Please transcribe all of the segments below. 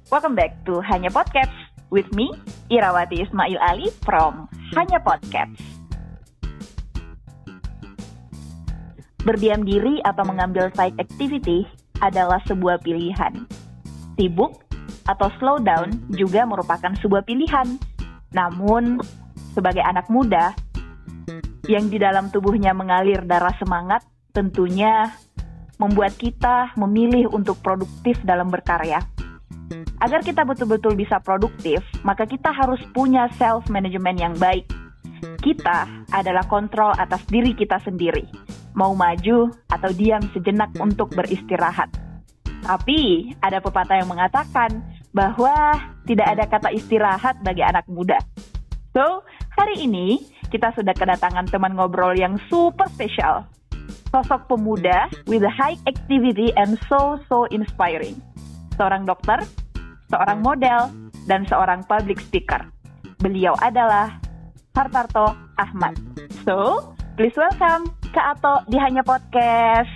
Welcome back to Hanya Podcast with me, Irawati Ismail Ali from Hanya Podcast. Berdiam diri atau mengambil side activity adalah sebuah pilihan. Sibuk atau slow down juga merupakan sebuah pilihan. Namun, sebagai anak muda yang di dalam tubuhnya mengalir darah semangat, tentunya membuat kita memilih untuk produktif dalam berkarya. Agar kita betul-betul bisa produktif, maka kita harus punya self-management yang baik. Kita adalah kontrol atas diri kita sendiri, mau maju atau diam sejenak untuk beristirahat. Tapi ada pepatah yang mengatakan bahwa tidak ada kata istirahat bagi anak muda. So, hari ini kita sudah kedatangan teman ngobrol yang super spesial. Sosok pemuda with a high activity and so inspiring. Seorang dokter, seorang model, dan seorang public speaker. Beliau adalah Hartarto Ahmad. So, please welcome Kak Ato di Hanya Podcast.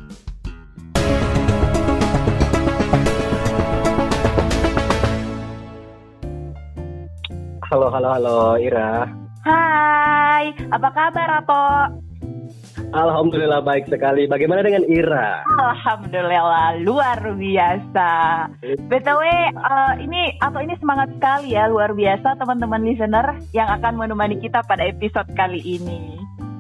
Halo Ira. Hai, apa kabar Ato? Alhamdulillah baik sekali. Bagaimana dengan Ira? Alhamdulillah luar biasa. BTW ini semangat sekali ya, luar biasa teman-teman listener yang akan menemani kita pada episode kali ini.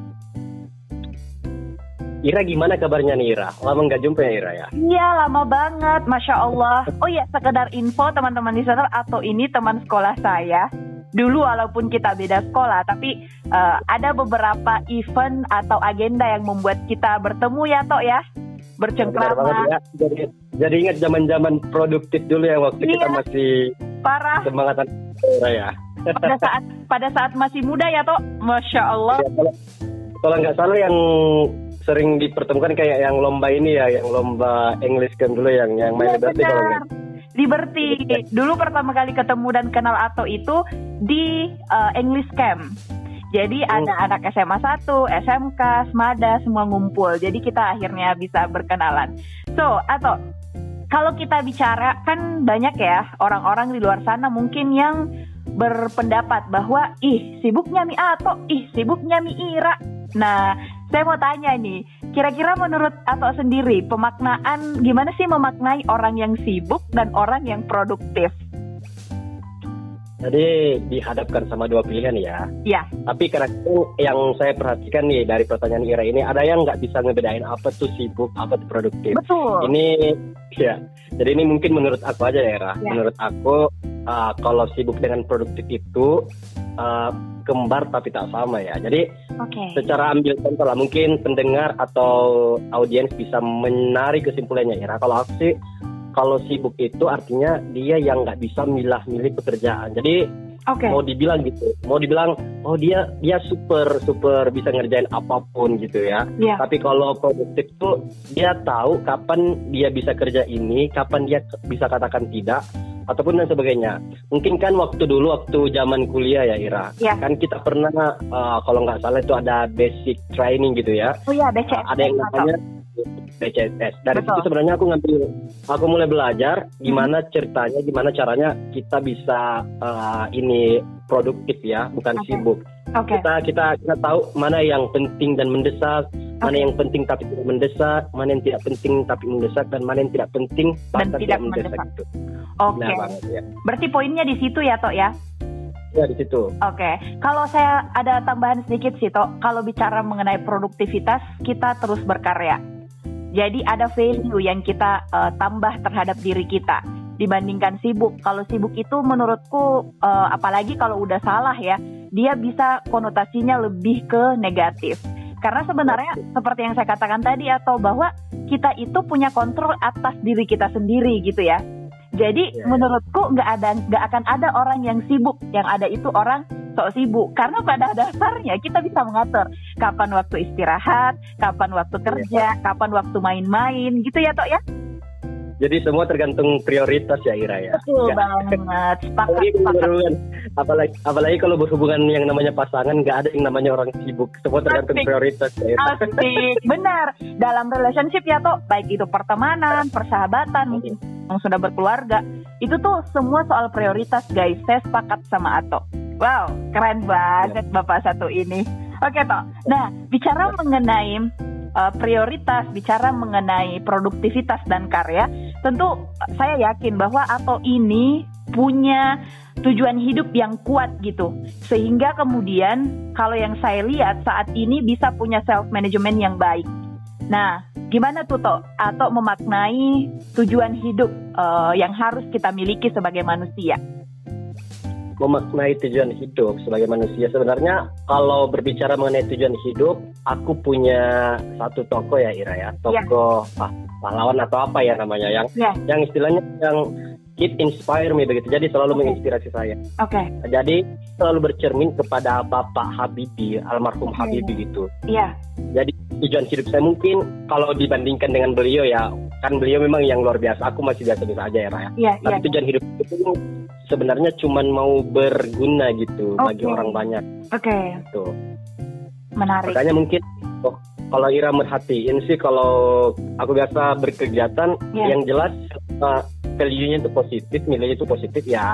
Ira gimana kabarnya nih Ira? Lama nggak jumpa ya Ira ya? Iya lama banget, Masya Allah. Oh iya, sekedar info teman-teman listener, Ato ini teman sekolah saya. Dulu walaupun kita beda sekolah, tapi ada beberapa event atau agenda yang membuat kita bertemu ya Tok ya, bercengkrama. Ya. Jadi ingat zaman-zaman produktif dulu ya, waktu kita masih parah semangatan ya. pada saat masih muda ya Tok, Masya Allah. Ya, kalau nggak salah yang sering dipertemukan kayak yang lomba ini ya, yang lomba English Camp dulu yang main Liberty kalau nggak. Liberty. Dulu pertama kali ketemu dan kenal Ato itu di English Camp. Jadi ada anak SMA 1, SMK, Smada, semua ngumpul. Jadi kita akhirnya bisa berkenalan. So, Ato, kalau kita bicara, kan banyak ya orang-orang di luar sana mungkin yang berpendapat bahwa sibuknya Mi Ato, sibuknya Mi Ira. Nah, saya mau tanya nih, kira-kira menurut Ato sendiri, pemaknaan gimana sih memaknai orang yang sibuk dan orang yang produktif? Jadi dihadapkan sama dua pilihan ya. Iya. Tapi kadang yang saya perhatikan nih dari pertanyaan Ira ini, ada yang nggak bisa ngebedain apa tuh sibuk, apa tuh produktif. Betul. Ini ya. Jadi ini mungkin menurut aku aja ya, Ira. Ya. Menurut aku kalau sibuk dengan produktif itu kembar tapi tak sama ya. Jadi secara ambil contoh lah, mungkin pendengar atau audiens bisa menarik kesimpulannya Ira. Kalau aku sih, kalau sibuk itu artinya dia yang nggak bisa milah-milih pekerjaan. Jadi mau dibilang gitu, oh dia super bisa ngerjain apapun gitu ya. Yeah. Tapi kalau produktif tuh dia tahu kapan dia bisa kerja ini, kapan dia bisa katakan tidak, ataupun dan sebagainya. Mungkin kan waktu zaman kuliah ya Ira, kan kita pernah kalau nggak salah itu ada basic training gitu ya. Oh iya, BCS. Ada yang namanya BCS. Dari situ sebenarnya aku mulai belajar gimana ceritanya, gimana caranya kita bisa ini produktif ya, bukan sibuk. Kita tahu mana yang penting dan mendesak, mana yang penting tapi tidak mendesak, mana yang tidak penting tapi mendesak, dan mana yang tidak penting bahkan tidak mendesak itu. Nah, banget, ya. Berarti poinnya di situ ya Tok ya? Ya di situ. Kalau saya ada tambahan sedikit sih Tok, kalau bicara mengenai produktivitas, kita terus berkarya. Jadi ada value yang kita tambah terhadap diri kita dibandingkan sibuk. Kalau sibuk itu menurutku apalagi kalau udah salah ya, dia bisa konotasinya lebih ke negatif. Karena sebenarnya seperti yang saya katakan tadi atau bahwa kita itu punya kontrol atas diri kita sendiri gitu ya. Jadi menurutku nggak akan ada orang yang sibuk, yang ada itu orang sok sibuk. Karena pada dasarnya kita bisa mengatur kapan waktu istirahat, kapan waktu kerja, kapan waktu main-main, gitu ya Tok ya? Jadi semua tergantung prioritas ya Ira ya. Betul banget, sepakat. Apalagi kalau berhubungan yang namanya pasangan, nggak ada yang namanya orang sibuk. Semua tergantung prioritas ya Ira. Asik, benar. Dalam relationship ya Tok, baik itu pertemanan, persahabatan, mungkin yang sudah berkeluarga, Itu tuh semua soal prioritas guys. Saya sepakat sama Ato. Wow, keren banget Bapak satu ini. Oke Toh. Nah, bicara mengenai prioritas, bicara mengenai produktivitas dan karya, tentu saya yakin bahwa Ato ini punya tujuan hidup yang kuat gitu, sehingga kemudian kalau yang saya lihat saat ini bisa punya self management yang baik. Nah, gimana tuh Toh Ato memaknai tujuan hidup yang harus kita miliki sebagai manusia? Memaknai tujuan hidup sebagai manusia, sebenarnya kalau berbicara mengenai tujuan hidup, aku punya satu tokoh ya Ira ya, tokoh pahlawan atau apa ya namanya, yang istilahnya yang keep inspire me begitu, jadi selalu menginspirasi saya. Jadi selalu bercermin kepada Bapak Habibie, almarhum Habibie gitu. Jadi tujuan hidup saya mungkin kalau dibandingkan dengan beliau ya, kan beliau memang yang luar biasa, aku masih biasa-biasa aja ya Raya. Tapi tujuan hidup itu sebenarnya cuman mau berguna gitu bagi orang banyak. Tuh. Menarik. Makanya mungkin kalau Ira merhatiin sih, kalau aku biasa berkegiatan yang jelas value-nya itu positif, nilainya itu positif ya,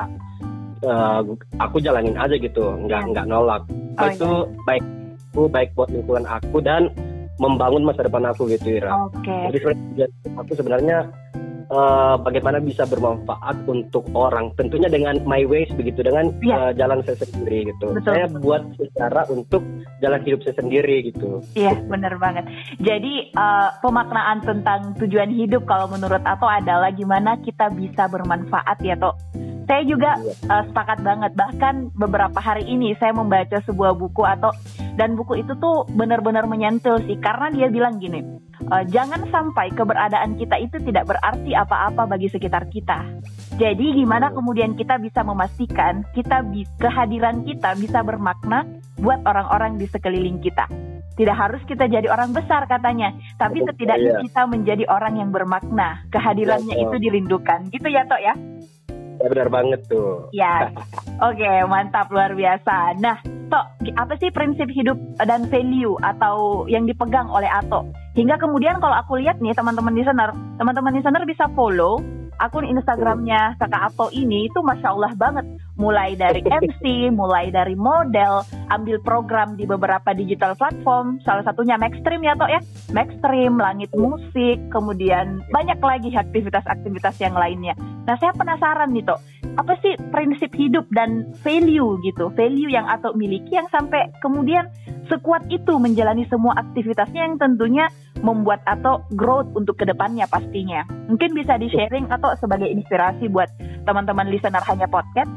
aku jalanin aja gitu, nggak nolak. Itu baik buat lingkungan aku dan membangun masa depan aku gitu Ira. Jadi aku sebenarnya bagaimana bisa bermanfaat untuk orang, tentunya dengan my ways begitu, dengan jalan saya sendiri gitu. Saya buat secara untuk jalan hidup saya sendiri gitu. Benar banget. Jadi pemaknaan tentang tujuan hidup kalau menurut Ato adalah gimana kita bisa bermanfaat ya Toh. Saya juga sepakat banget. Bahkan beberapa hari ini saya membaca sebuah buku dan buku itu tuh benar-benar menyentuh sih, karena dia bilang gini, jangan sampai keberadaan kita itu tidak berarti apa-apa bagi sekitar kita. Jadi gimana kemudian kita bisa memastikan kehadiran kita bisa bermakna buat orang-orang di sekeliling kita. Tidak harus kita jadi orang besar katanya, tapi setidaknya kita menjadi orang yang bermakna. Kehadirannya itu dirindukan. Gitu ya Tok ya? Ya benar banget tuh. Oke, mantap, luar biasa. Nah, Tok, apa sih prinsip hidup dan value atau yang dipegang oleh Ato? Hingga kemudian kalau aku lihat nih teman-teman listener bisa follow akun Instagramnya Kakak Ato ini, itu Masya Allah banget. Mulai dari MC, mulai dari model, ambil program di beberapa digital platform, salah satunya Maxstream ya Tok ya. Maxstream, Langit Musik, kemudian banyak lagi aktivitas-aktivitas yang lainnya. Nah, saya penasaran nih Tok, apa sih prinsip hidup dan value gitu, value yang Ato miliki yang sampai kemudian sekuat itu menjalani semua aktivitasnya yang tentunya membuat Ato growth untuk kedepannya pastinya. Mungkin bisa di-sharing atau sebagai inspirasi buat teman-teman listener Hanya Podcast.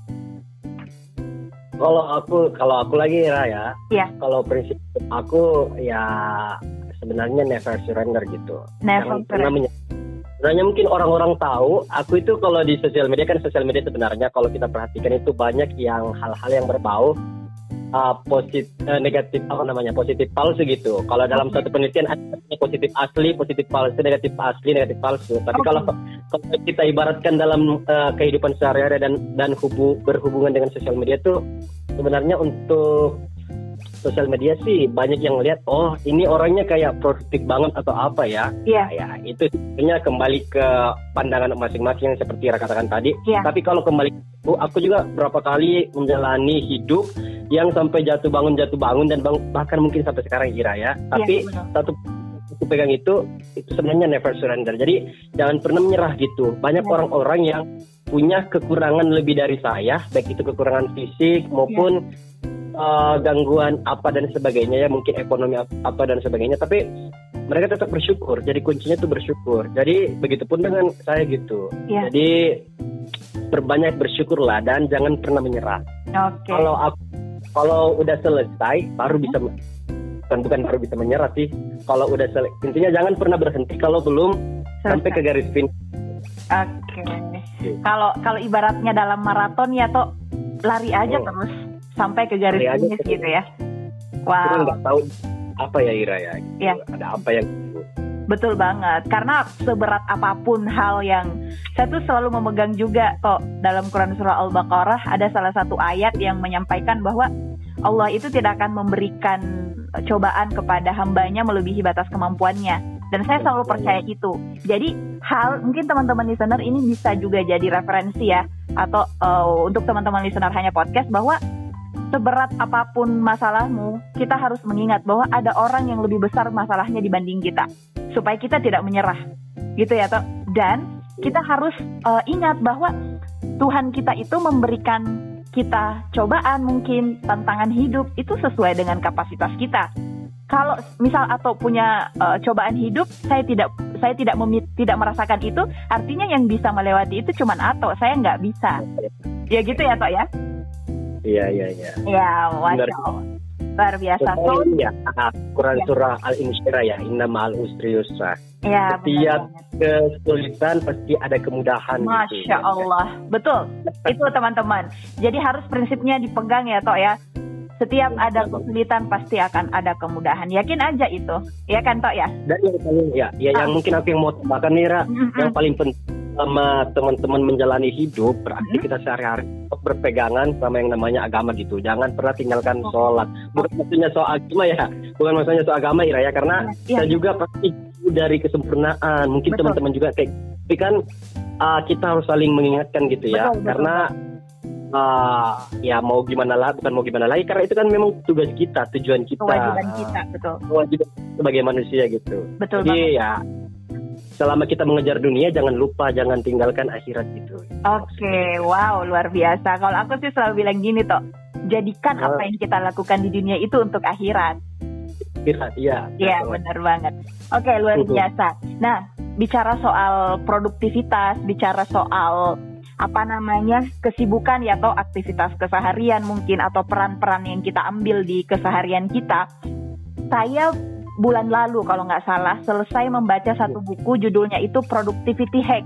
Kalau aku lagi Raya, kalau prinsip aku ya sebenarnya never surrender gitu. Sebenarnya mungkin orang-orang tahu aku itu kalau di sosial media sebenarnya kalau kita perhatikan itu banyak yang hal-hal yang berbau negatif positif palsu gitu. Kalau dalam satu penelitian ada positif asli, positif palsu, negatif asli, negatif palsu. Tapi kalau kita ibaratkan dalam kehidupan sehari-hari dan berhubungan dengan sosial media tuh sebenarnya untuk sosial media sih banyak yang lihat, oh ini orangnya kayak produktif banget atau apa ya. Ya itu sebenarnya kembali ke pandangan masing-masing yang seperti katakan tadi. Tapi kalau kembali aku juga berapa kali menjalani hidup yang sampai jatuh bangun dan bahkan mungkin sampai sekarang Ira ya. Tapi satu aku pegang itu sebenarnya never surrender. Jadi jangan pernah menyerah gitu. Banyak orang-orang yang punya kekurangan lebih dari saya, baik itu kekurangan fisik maupun gangguan apa dan sebagainya ya, mungkin ekonomi apa dan sebagainya, tapi mereka tetap bersyukur. Jadi kuncinya tuh bersyukur. Jadi begitupun dengan saya gitu. Jadi berbanyak bersyukurlah dan jangan pernah menyerah. Kalau udah selesai baru bisa, bukan baru bisa menyerah sih. Kalau udah selesai, intinya jangan pernah berhenti kalau belum sampai ke garis finish. Kalau ibaratnya dalam maraton ya Tok, lari aja terus sampai ke garis finish gitu ya. Kita nggak tahu apa ya Ira ya. Gitu. Ada apa yang Betul banget, karena seberat apapun hal yang saya tuh selalu memegang juga kok, dalam Quran Surah Al-Baqarah ada salah satu ayat yang menyampaikan bahwa Allah itu tidak akan memberikan cobaan kepada hambanya melebihi batas kemampuannya. Dan saya selalu percaya itu. Jadi mungkin teman-teman listener ini bisa juga jadi referensi ya, atau untuk teman-teman listener hanya podcast, bahwa seberat apapun masalahmu, kita harus mengingat bahwa ada orang yang lebih besar masalahnya dibanding kita, supaya kita tidak menyerah, gitu ya toh. Dan kita harus ingat bahwa Tuhan kita itu memberikan kita cobaan, mungkin tantangan hidup itu sesuai dengan kapasitas kita. Kalau misal atau punya cobaan hidup, saya tidak merasakan itu, artinya yang bisa melewati itu cuman atau saya nggak bisa. Ya gitu ya toh ya. Iya. Ya, masya Allah. Luar biasa. Ya, Quran surah Al-Insyirah ya, inna ma'al usri yusra. Ya, setiap kesulitan pasti ada kemudahan. Masya gitu, Allah, betul. Itu teman-teman. Jadi harus prinsipnya dipegang ya toh ya. Setiap ada kesulitan pasti akan ada kemudahan. Yakin aja itu, ya kan toh ya. Dan yang paling yang mungkin aku yang mau tambahkan nih, Ra, yang paling penting sama teman-teman menjalani hidup, beraktivitas sehari-hari, berpegangan sama yang namanya agama gitu. Jangan pernah tinggalkan sholat. Bukan maksudnya soal agama ya, bukan maksudnya soal agama ya, karena saya juga pasti dari kesempurnaan. Mungkin teman-teman juga kayak, tapi kan kita harus saling mengingatkan gitu ya, karena ya mau gimana lagi, karena itu kan memang tugas kita, tujuan kita, kewajiban kita, betul. Kewajiban sebagai manusia gitu. Betul. Jadi ya, selama kita mengejar dunia, jangan lupa, jangan tinggalkan akhirat gitu. Oke, wow, luar biasa. Kalau aku sih selalu bilang gini toh, jadikan apa yang kita lakukan di dunia itu untuk akhirat. Iya. Iya, benar banget. Oke, luar biasa. Nah, bicara soal produktivitas, bicara soal kesibukan ya, atau aktivitas keseharian mungkin, atau peran-peran yang kita ambil di keseharian kita. Saya bulan lalu kalau nggak salah selesai membaca satu buku, judulnya itu Productivity Hack.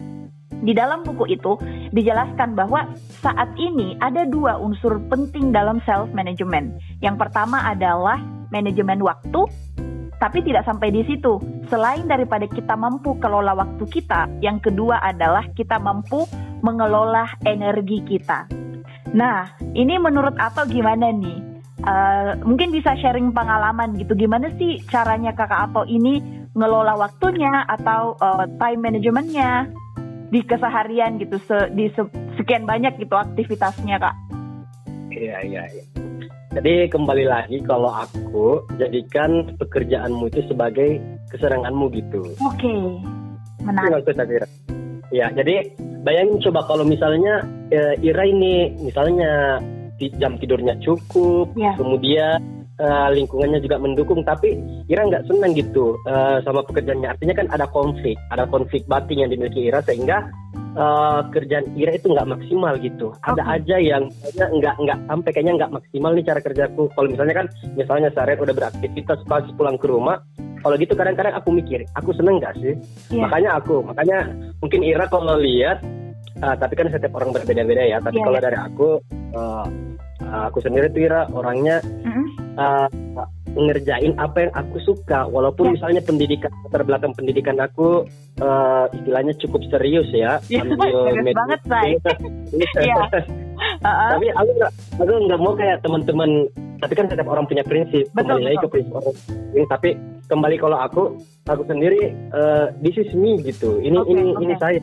Di dalam buku itu dijelaskan bahwa saat ini ada 2 unsur penting dalam self management. Yang pertama adalah manajemen waktu, tapi tidak sampai di situ. Selain daripada kita mampu kelola waktu kita, yang kedua adalah kita mampu mengelola energi kita. Nah, ini menurut Ato gimana nih? Mungkin bisa sharing pengalaman gitu. Gimana sih caranya Kakak Ato ini ngelola waktunya atau time managementnya di keseharian gitu, di sekian banyak gitu aktivitasnya, Kak? Iya. Jadi kembali lagi, kalau aku jadikan pekerjaanmu itu sebagai kesenanganmu gitu. Oke, menarik. Ya, jadi bayangin coba kalau misalnya Ira ini misalnya jam tidurnya cukup, kemudian lingkungannya juga mendukung, tapi Ira nggak senang gitu sama pekerjaannya. Artinya kan ada konflik batin yang dimiliki Ira, sehingga kerjaan Ira itu nggak maksimal gitu. Ada aja yang nggak sampai, kayaknya nggak maksimal nih cara kerjaku. Kalau misalnya seharian udah beraktivitas, pas pulang ke rumah, kalau gitu kadang-kadang aku mikir, aku seneng nggak sih? Makanya mungkin Ira kalau lihat, tapi kan setiap orang berbeda-beda ya. Tapi kalau dari aku sendiri tuh Ira orangnya ngerjain apa yang aku suka, walaupun misalnya latar belakang pendidikan aku istilahnya cukup serius ya, ambil banget say. Tapi aku nggak mau kayak teman-teman. Tapi kan setiap orang punya prinsip, kembali lagi ke prinsip orang. Tapi kembali kalau aku sendiri, this is me gitu. Ini saya.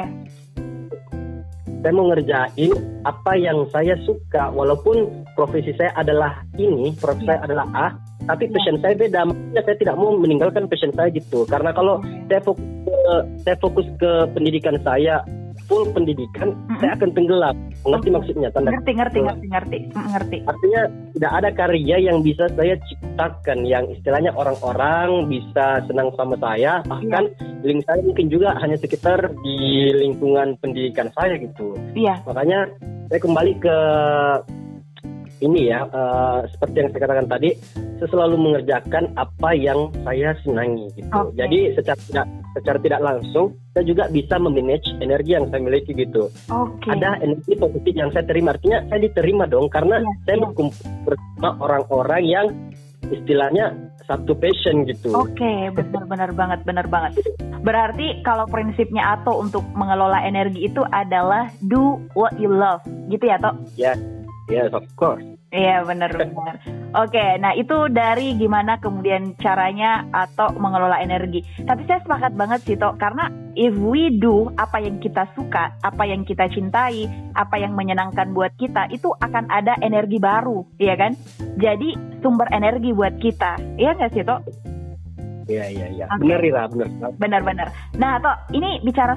Saya mau ngerjain apa yang saya suka, walaupun profesi saya adalah saya adalah A, tapi passion saya beda. Makanya saya tidak mau meninggalkan passion saya gitu. Karena kalau saya fokus ke pendidikan saya, full pendidikan, saya akan tenggelam. Ngerti maksudnya? Ngerti. Artinya tidak ada karya yang bisa saya ciptakan, yang istilahnya orang-orang bisa senang sama saya, bahkan link saya mungkin juga hanya sekitar di lingkungan pendidikan saya gitu. Makanya saya kembali ke ini ya, seperti yang saya katakan tadi, saya selalu mengerjakan apa yang saya senangi gitu. Jadi secara tidak langsung saya juga bisa memanage energi yang saya miliki gitu. Ada energi positif yang saya terima, artinya saya diterima dong, karena saya berkumpul bersama orang-orang yang istilahnya satu passion gitu. Benar banget. Berarti kalau prinsipnya Ato untuk mengelola energi itu adalah do what you love, gitu ya Toh? Yes, of course. Iya, benar. Oke, nah itu dari gimana kemudian caranya atau mengelola energi. Tapi saya sepakat banget sih Tok, karena if we do apa yang kita suka, apa yang kita cintai, apa yang menyenangkan buat kita, itu akan ada energi baru, iya kan? Jadi sumber energi buat kita, iya nggak sih Tok? Iya. Okay. Benar Ira, benar. Nah Tok, ini bicara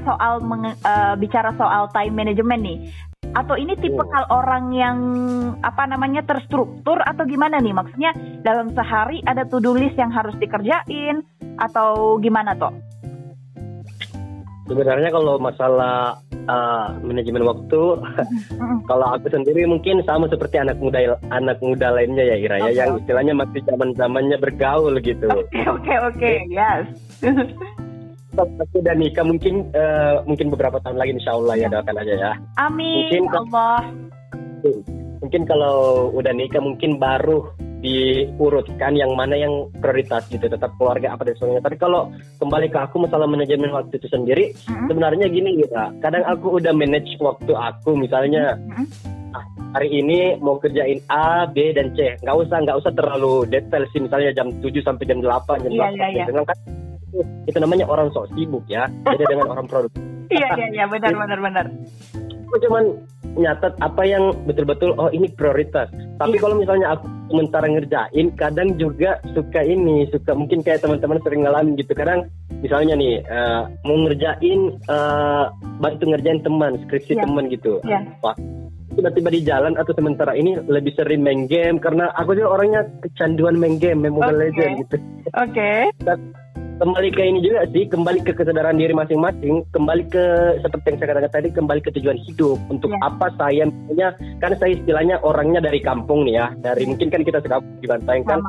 soal time management nih. Atau ini tipikal orang yang terstruktur atau gimana nih? Maksudnya dalam sehari ada to-do list yang harus dikerjain atau gimana Tok? Sebenarnya kalau masalah manajemen waktu, kalau aku sendiri mungkin sama seperti anak muda lainnya ya Ira, ya, yang istilahnya masih zamannya bergaul gitu. Oke, yes. Aku udah nikah mungkin beberapa tahun lagi insya Allah ya, doakan aja ya. Amin. Mungkin Allah. Mungkin kalau udah nikah mungkin baru diurutkan yang mana yang prioritas gitu, tetap keluarga apa dan sebagainya. Tapi kalau kembali ke aku masalah manajemen waktu itu sendiri, sebenarnya gini gitu. Kadang aku udah manage waktu aku, misalnya hari ini mau kerjain A, B dan C. Nggak usah terlalu detail sih, misalnya jam 7 sampai jam 8 jam 8. Iya. Kan itu namanya orang sok sibuk ya, beda dengan orang produktif. Iya, benar. Aku cuman nyatet apa yang betul-betul ini prioritas. Tapi kalau misalnya aku sementara ngerjain, kadang juga suka mungkin kayak teman-teman sering ngalamin gitu. Kadang misalnya nih mau ngerjain bantu ngerjain teman, skripsi teman gitu. Wah, tiba-tiba di jalan atau sementara ini lebih sering main game, karena aku juga orangnya kecanduan main game, Mobile Legends gitu. Oke. Kembali ke ini juga sih, kembali ke kesadaran diri masing-masing, kembali ke seperti yang saya katakan tadi, kembali ke tujuan hidup. Untuk apa saya, misalnya, kan saya istilahnya orangnya dari kampung nih ya, dari mungkin kan kita sekampung di Bantaeng kan.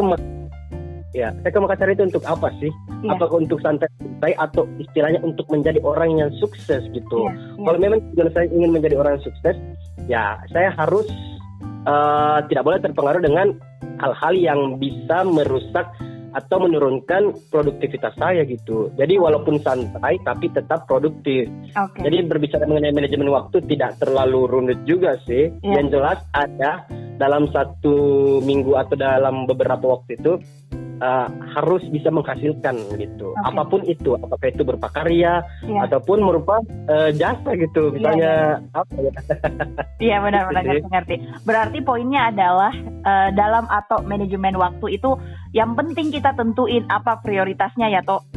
Saya ke Makassar itu untuk apa sih? Apakah untuk santai atau istilahnya untuk menjadi orang yang sukses gitu? Kalau memang saya ingin menjadi orang yang sukses, ya saya harus tidak boleh terpengaruh dengan hal-hal yang bisa merusak atau menurunkan produktivitas saya gitu. Jadi walaupun santai tapi tetap produktif. Jadi berbicara mengenai manajemen waktu tidak terlalu rumit juga sih. Yang jelas ada dalam satu minggu atau dalam beberapa waktu itu harus bisa menghasilkan gitu. Apapun itu, apakah itu berupa karya ataupun merupa jasa gitu. Misalnya apa ya? Iya benar ngerti. Berarti poinnya adalah dalam atau manajemen waktu itu yang penting kita tentuin apa prioritasnya ya Tok.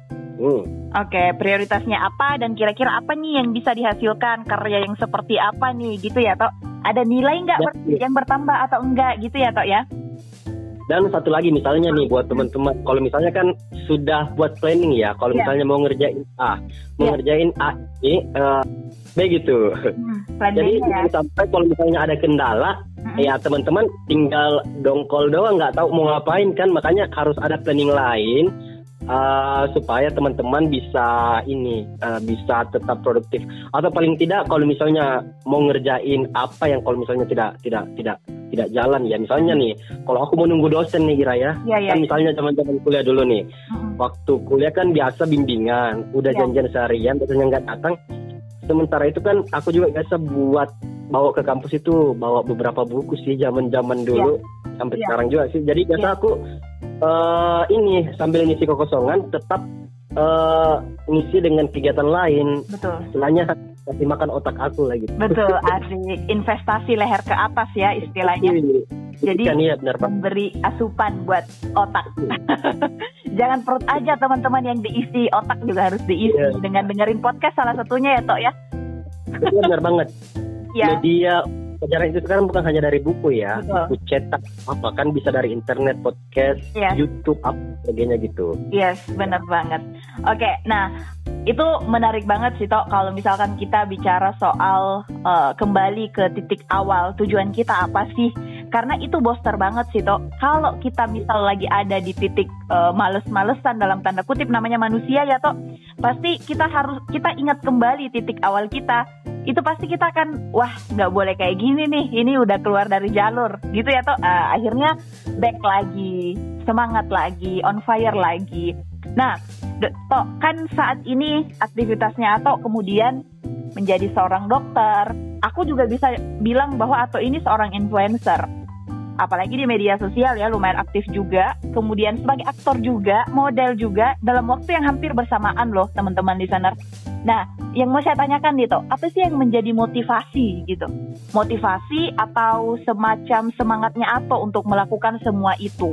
Oke, prioritasnya apa dan kira-kira apa nih yang bisa dihasilkan, karya yang seperti apa nih gitu ya Tok. Ada nilai nggak yang bertambah atau enggak gitu ya Tok ya. Dan satu lagi misalnya nih buat teman-teman, kalau misalnya kan sudah buat planning ya, kalau misalnya mau ngerjain A ini B gitu. Jadi sampai kalau misalnya ada kendala, ya teman-teman tinggal dongkol doang, nggak tahu mau ngapain kan, makanya harus ada planning lain supaya teman-teman bisa bisa tetap produktif. Atau paling tidak kalau misalnya mau ngerjain apa yang kalau misalnya tidak jalan ya, misalnya nih kalau aku mau nunggu dosen nih Ira ya, kan misalnya zaman-zaman kuliah dulu nih, waktu kuliah kan biasa bimbingan, udah janjian seharian dosennya nggak datang. Sementara itu kan aku juga biasa bawa ke kampus itu bawa beberapa buku sih zaman-zaman dulu sampai sekarang juga sih. Jadi biasa aku sambil ngisi kekosongan tetap ngisi dengan kegiatan lain. Betul. Istilahnya kasih makan otak aku lagi. Betul, asik. Investasi leher ke atas ya istilahnya. Jadi memberi asupan buat otak. Jangan perut aja teman-teman yang diisi, otak juga harus diisi dengan dengerin podcast salah satunya ya Tok ya. Benar banget. Media pelajaran itu sekarang bukan hanya dari buku ya, buku cetak, kan bisa dari internet, podcast, YouTube, apa sebagainya gitu. Yes, benar banget. Oke, nah itu menarik banget sih Tok, kalau misalkan kita bicara soal kembali ke titik awal, tujuan kita apa sih? Karena itu booster banget sih Tok. Kalau kita misal lagi ada di titik males-malesan dalam tanda kutip, namanya manusia ya Tok, pasti kita ingat kembali titik awal kita. Itu pasti kita akan nggak boleh kayak gini nih, ini udah keluar dari jalur gitu ya Tok. Akhirnya back lagi, semangat lagi, on fire lagi. Nah Tok, kan saat ini aktivitasnya Ato kemudian menjadi seorang dokter. Aku juga bisa bilang bahwa Ato ini seorang influencer. apalagi di media sosial ya, lumayan aktif juga. Kemudian sebagai aktor juga, model juga, dalam waktu yang hampir bersamaan loh teman-teman listener. Nah, yang mau saya tanyakan nih Toh, apa sih yang menjadi motivasi gitu? Motivasi atau semacam semangatnya Ato untuk melakukan semua itu?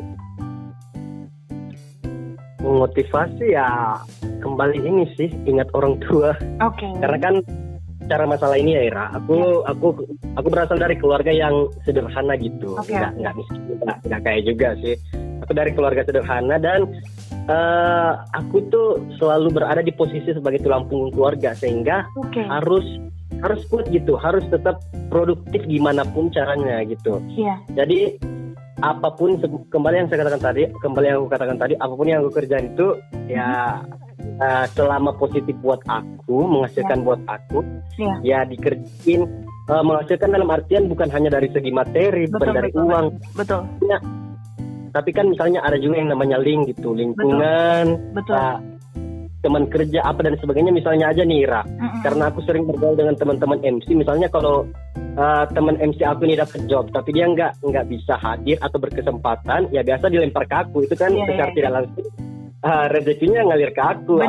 Motivasi ya kembali ini sih, ingat orang tua. Oke. Karena kan cara masalah ini ya Ira, aku berasal dari keluarga yang sederhana gitu, nggak miskin, nggak kaya juga sih. Aku dari keluarga sederhana dan aku tuh selalu berada di posisi sebagai tulang punggung keluarga, sehingga harus kuat gitu, harus tetap produktif gimana pun caranya gitu. Iya. Jadi apapun, kembali yang aku katakan tadi, apapun yang aku kerjain itu ya selama positif buat aku, menghasilkan buat aku, ya dikerjain, menghasilkan dalam artian bukan hanya dari segi materi, bukan dari uang. Betul. Ya, tapi kan misalnya ada juga yang namanya link gitu, lingkungan, teman kerja apa dan sebagainya. Misalnya aja nih Ira, karena aku sering bergaul dengan teman-teman MC, misalnya kalau teman MC aku ini dapat job tapi dia nggak bisa hadir atau berkesempatan, ya biasa dilempar ke aku, itu kan secara tidak langsung rezekinya ngalir ke aku.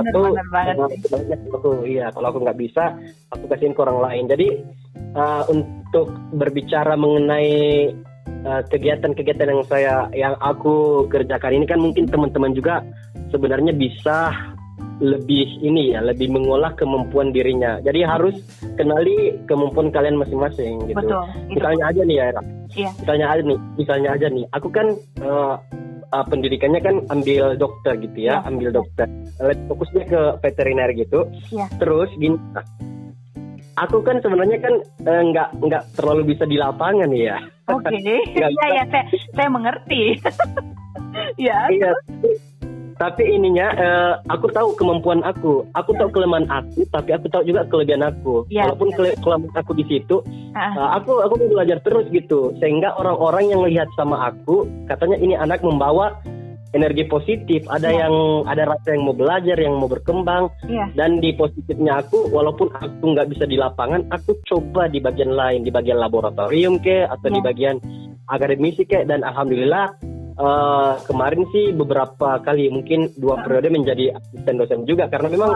Kalau aku nggak bisa, aku kasihin ke orang lain. Jadi untuk berbicara mengenai kegiatan-kegiatan yang aku kerjakan ini kan mungkin teman-teman juga sebenarnya bisa lebih mengolah kemampuan dirinya. Jadi harus kenali kemampuan kalian masing-masing gitu. Betul, misalnya aja nih ya, misalnya aja nih, aku kan pendidikannya kan ambil dokter gitu ya, ambil dokter. Fokusnya ke veteriner gitu. Terus gini, aku kan sebenarnya kan nggak terlalu bisa di lapangan ya. Oke. Iya, saya mengerti. Iya. Tapi ininya aku tahu kemampuan aku tahu kelemahan aku, tapi aku tahu juga kelebihan aku. Walaupun kelemahan aku di situ, aku belajar terus gitu, sehingga orang-orang yang lihat sama aku katanya ini anak membawa energi positif, ada rasa yang mau belajar, yang mau berkembang. Dan di positifnya aku, walaupun aku nggak bisa di lapangan, aku coba di bagian lain, di bagian laboratorium atau di bagian akademisi dan alhamdulillah kemarin sih beberapa kali, mungkin 2 periode menjadi asisten dosen juga, karena memang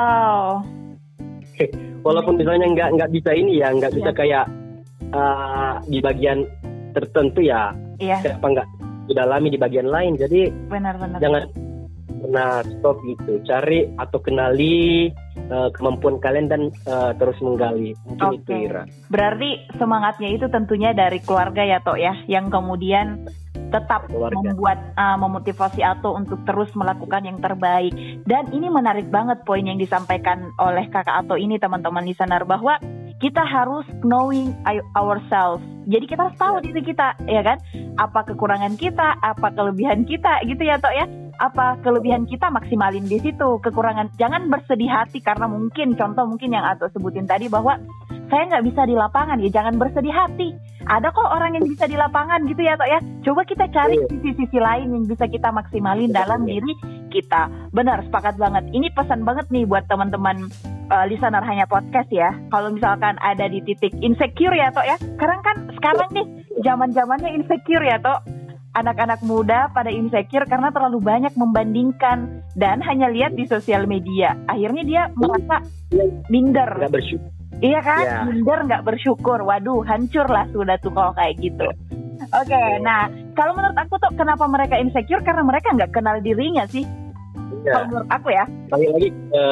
walaupun misalnya nggak bisa nggak bisa kayak di bagian tertentu kenapa nggak didalami di bagian lain. Jadi jangan pernah stop gitu, cari atau kenali kemampuan kalian dan terus menggali. Mungkin itu Ira. Berarti semangatnya itu tentunya dari keluarga ya Tok ya, yang kemudian tetap membuat memotivasi Ato untuk terus melakukan yang terbaik. Dan ini menarik banget poin yang disampaikan oleh Kakak Ato ini, teman-teman listener, bahwa kita harus knowing ourselves. Jadi kita harus tahu diri kita, ya kan? Apa kekurangan kita, apa kelebihan kita, gitu ya Tok ya. Apa kelebihan kita, maksimalin di situ. Kekurangan, jangan bersedih hati karena mungkin yang Ato sebutin tadi bahwa saya nggak bisa di lapangan, ya jangan bersedih hati. Ada kok orang yang bisa di lapangan gitu ya Tok ya. Coba kita cari sisi-sisi lain yang bisa kita maksimalin dalam diri kita. Benar, sepakat banget. Ini pesan banget nih buat teman-teman listener Hanya Podcast ya. Kalau misalkan ada di titik insecure ya Tok ya. Sekarang nih zaman-zamannya insecure ya Tok. Anak-anak muda pada insecure karena terlalu banyak membandingkan dan hanya lihat di sosial media. Akhirnya dia merasa minder. Gak bersyukur. Iya kan, minder nggak bersyukur. Waduh, hancur lah sudah tuh kalau kayak gitu. Oke, nah kalau menurut aku tuh kenapa mereka insecure, karena mereka nggak kenal dirinya sih. Kalau menurut aku ya. Lagi-lagi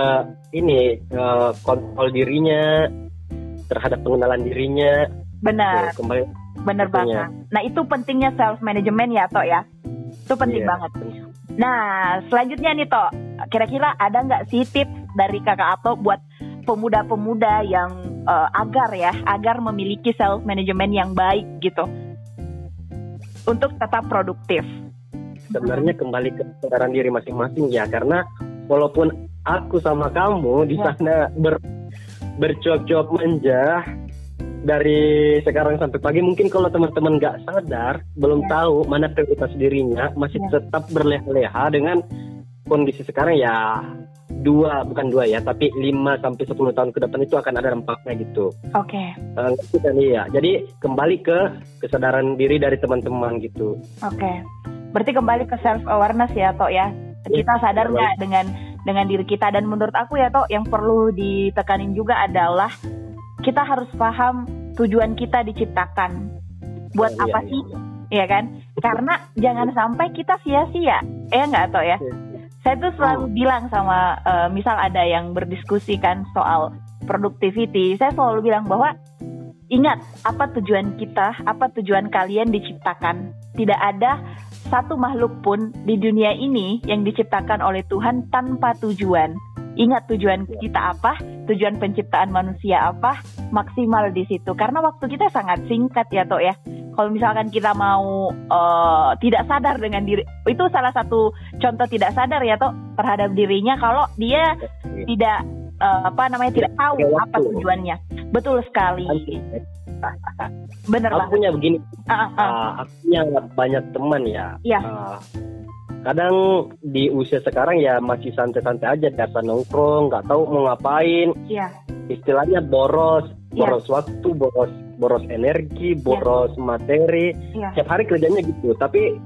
kontrol dirinya terhadap pengenalan dirinya. Benar. Benar banget. Nah itu pentingnya self management ya Tok ya. Itu penting banget. Nah selanjutnya nih Tok, kira-kira ada nggak sih tips dari Kakak Ato buat pemuda-pemuda yang agar memiliki self management yang baik gitu untuk tetap produktif? Sebenarnya kembali ke kesadaran diri masing-masing ya, karena walaupun aku sama kamu di sana bercuap-cuap manja dari sekarang sampai pagi, mungkin kalau teman-teman nggak sadar, belum tahu mana prioritas dirinya, masih tetap berleha-leha dengan kondisi sekarang ya bukan dua ya, tapi 5 sampai 10 tahun ke depan itu akan ada dampaknya gitu. Oke. Iya. Jadi kembali ke kesadaran diri dari teman-teman gitu. Oke. Berarti kembali ke self awareness ya, Tok ya. Kita sadar nggak dengan diri kita, dan menurut aku ya, Tok, yang perlu ditekanin juga adalah kita harus paham tujuan kita diciptakan. Buat apa sih? Iya kan? Karena jangan sampai kita sia-sia. Nggak, Tok ya? Saya tuh selalu bilang sama, misal ada yang berdiskusi kan soal productivity, saya selalu bilang bahwa ingat apa tujuan kita, apa tujuan kalian diciptakan. Tidak ada satu makhluk pun di dunia ini yang diciptakan oleh Tuhan tanpa tujuan. Ingat tujuan kita apa, tujuan penciptaan manusia apa, maksimal di situ. Karena waktu kita sangat singkat ya, Tok ya. Kalau misalkan kita mau tidak sadar dengan diri, itu salah satu contoh tidak sadar ya, Tok, terhadap dirinya kalau dia tidak tidak tahu apa tujuannya. Betul sekali. Bener banget. Aku punya begini. Aku punya banyak teman ya. Kadang di usia sekarang ya masih santai-santai aja, biasa nongkrong, nggak tahu mau ngapain. Istilahnya boros waktu, boros energi, boros materi. Setiap hari kerjanya gitu. Tapi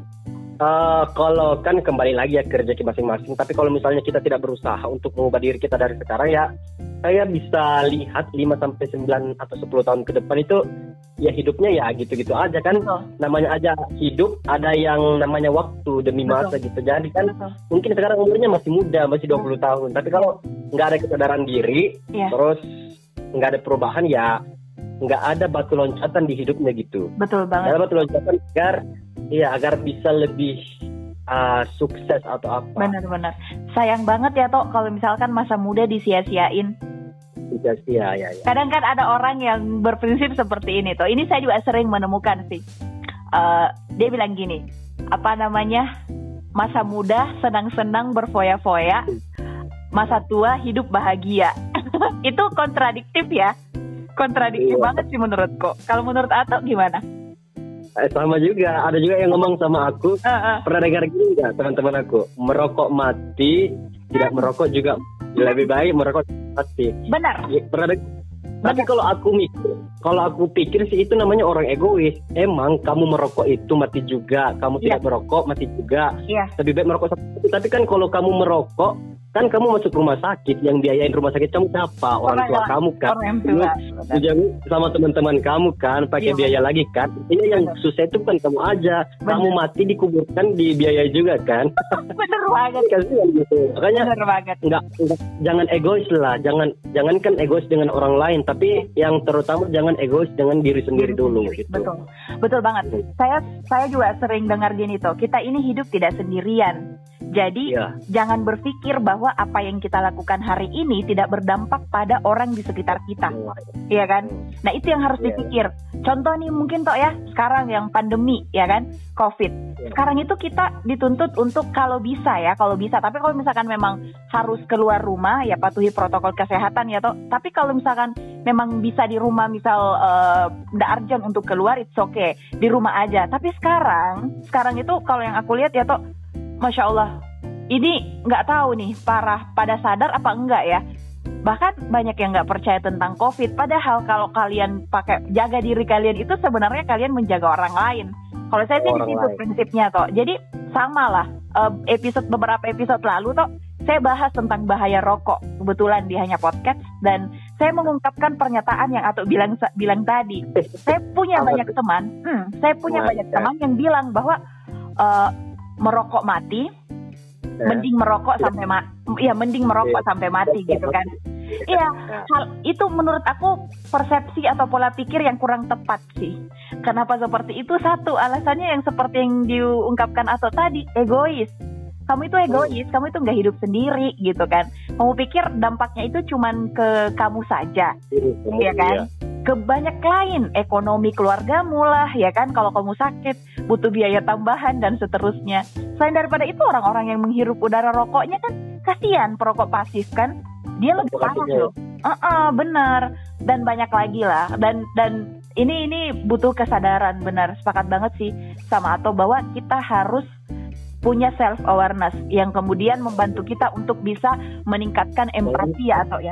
kalau kan kembali lagi ya kerja kita masing-masing. Tapi kalau misalnya kita tidak berusaha untuk mengubah diri kita dari sekarang ya, saya bisa lihat 5-9 atau 10 tahun ke depan itu ya hidupnya ya gitu-gitu aja kan. Namanya aja hidup, ada yang namanya waktu demi masa gitu. Jadi kan mungkin sekarang umurnya masih muda, masih 20 tahun. Tapi kalau nggak ada kesadaran diri, terus nggak ada perubahan ya, nggak ada batu loncatan di hidupnya gitu. Betul banget. Ada batu loncatan agar bisa lebih sukses atau apa. Benar-benar. Sayang banget ya, Tok, kalau misalkan masa muda disia-siain. Ya. Kadang kan ada orang yang berprinsip seperti ini, Tok. Ini saya juga sering menemukan sih. Dia bilang gini, masa muda senang-senang berfoya-foya, masa tua hidup bahagia. Itu kontradiktif ya. Kontradiktif banget sih menurutku. Kalau menurut Ato gimana? Sama juga. Ada juga yang ngomong sama aku, pernah dengar gini nggak teman-teman aku? Merokok mati, tidak merokok juga lebih baik merokok mati. Benar. Pernah dengar? Tapi kalau aku pikir sih itu namanya orang egois. Emang kamu merokok itu mati juga, kamu tidak merokok mati juga. Lebih baik merokok satu. Tapi kan kalau kamu merokok, kan kamu masuk rumah sakit, yang biayain rumah sakit kamu siapa? Orang tua kamu kan. Sama teman-teman kamu kan, pakai biaya lagi kan. Ini yang susah itu kan kamu aja. Kamu mati dikuburkan dibiayai juga kan. Bener banget. Kasihan gitu. Makanya enggak, jangan egois lah. Jangankan egois dengan orang lain, tapi yang terutama jangan egois dengan diri sendiri dulu gitu. Betul banget. Saya juga sering dengar gini, Toh, kita ini hidup tidak sendirian. Jadi jangan berpikir bahwa apa yang kita lakukan hari ini tidak berdampak pada orang di sekitar kita. Iya kan? Nah, itu yang harus dipikir. Contoh nih mungkin, Toh ya, sekarang yang pandemi ya kan, COVID. Sekarang itu kita dituntut untuk kalau bisa. Tapi kalau misalkan memang harus keluar rumah ya patuhi protokol kesehatan ya, Toh. Tapi kalau misalkan memang bisa di rumah, misal nggak urgent untuk keluar, it's okay, di rumah aja. Tapi sekarang itu kalau yang aku lihat ya, Toh, Masya Allah, ini nggak tahu nih pada sadar apa enggak ya. Bahkan banyak yang nggak percaya tentang COVID. Padahal kalau kalian jaga diri kalian itu sebenarnya kalian menjaga orang lain. Kalau saya sih di situ prinsipnya, Toh. Jadi sama lah. Beberapa episode lalu, Toh, saya bahas tentang bahaya rokok. Kebetulan di Hanya Podcast, dan saya mengungkapkan pernyataan yang Ato bilang tadi. Saya punya banyak teman. Teman yang bilang bahwa merokok mati, mending merokok sampai mati gitu kan. Iya, hal itu menurut aku persepsi atau pola pikir yang kurang tepat sih. Kenapa seperti itu? Satu, alasannya yang seperti yang diungkapkan Ato tadi, egois. Kamu itu egois, kamu itu nggak hidup sendiri gitu kan. Kamu pikir dampaknya itu cuman ke kamu saja, ya kan? Ke banyak lain, ekonomi keluargamu lah, ya kan? Kalau kamu sakit, butuh biaya tambahan dan seterusnya. Selain daripada itu, orang-orang yang menghirup udara rokoknya kan kasihan, perokok pasif kan, dia lebih parah loh. Benar. Dan banyak lagi lah. Dan ini butuh kesadaran, benar. Sepakat banget sih sama Ato bahwa kita harus punya self awareness yang kemudian membantu kita untuk bisa meningkatkan empati ya atau ya.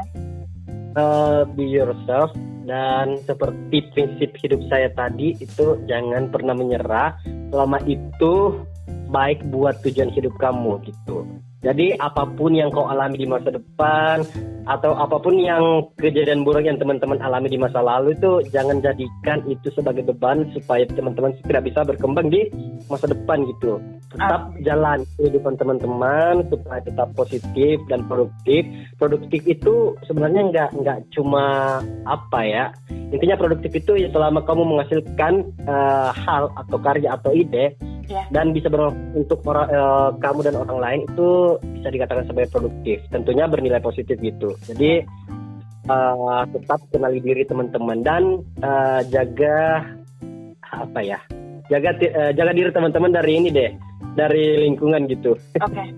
Be yourself, dan seperti prinsip hidup saya tadi itu jangan pernah menyerah selama itu baik buat tujuan hidup kamu gitu. Jadi apapun yang kau alami di masa depan atau apapun yang kejadian buruk yang teman-teman alami di masa lalu itu jangan jadikan itu sebagai beban supaya teman-teman tidak bisa berkembang di masa depan gitu. Tetap jalan kehidupan teman-teman supaya tetap positif dan produktif. Produktif itu sebenarnya nggak cuma apa ya. Intinya produktif itu ya selama kamu menghasilkan hal atau karya atau ide dan bisa bermanfaat untuk kamu dan orang lain, itu bisa dikatakan sebagai produktif. Tentunya bernilai positif gitu. Jadi tetap kenali diri teman-teman dan jaga apa ya? Jaga diri teman-teman dari ini deh, dari lingkungan gitu. Oke.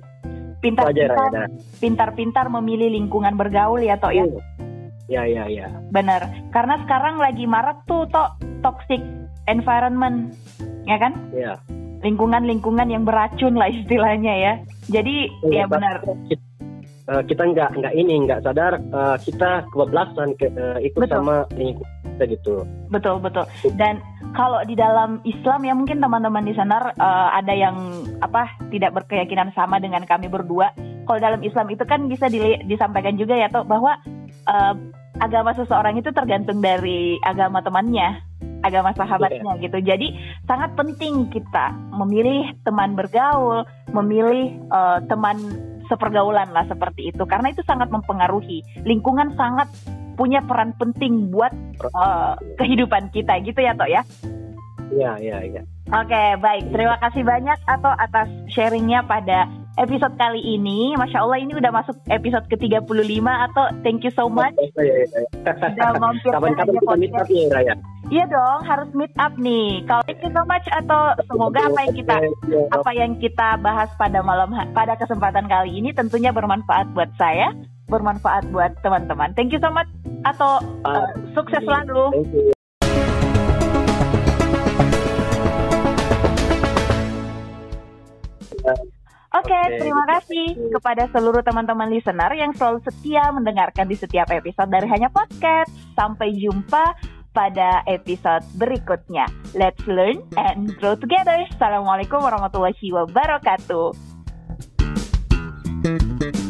Pintar-pintar memilih lingkungan bergaul ya Tok ya. Ya. Benar. Karena sekarang lagi marak tuh toxic environment, ya kan? Iya. Lingkungan yang beracun lah istilahnya ya. Jadi ya benar. Kita nggak sadar kita kebablasan ikut sama lingkungan kita gitu. Betul. Dan kalau di dalam Islam ya mungkin teman-teman di sana ada yang tidak berkeyakinan sama dengan kami berdua. Kalau dalam Islam itu kan bisa disampaikan juga ya Tok bahwa agama seseorang itu tergantung dari agama temannya, agama sahabatnya gitu. Jadi sangat penting kita memilih teman bergaul, memilih teman sepergaulan lah seperti itu, karena itu sangat mempengaruhi. Lingkungan sangat punya peran penting buat kehidupan kita gitu ya Tok ya. Iya. Oke, baik. Terima kasih banyak atas sharingnya pada episode kali ini. Masya Allah ini udah masuk episode ke-35 atau thank you so much. Sudah mampir kapan-kapan kita meet up ya Raya. Iya dong, harus meet up nih. Kalau thank you so much atau semoga apa yang kita bahas pada kesempatan kali ini tentunya bermanfaat buat saya, bermanfaat buat teman-teman. Thank you so much atau sukses selalu. Thank you. Oke, terima kasih kepada seluruh teman-teman listener yang selalu setia mendengarkan di setiap episode dari Hanya Podcast. Sampai jumpa pada episode berikutnya. Let's learn and grow together. Assalamualaikum warahmatullahi wabarakatuh.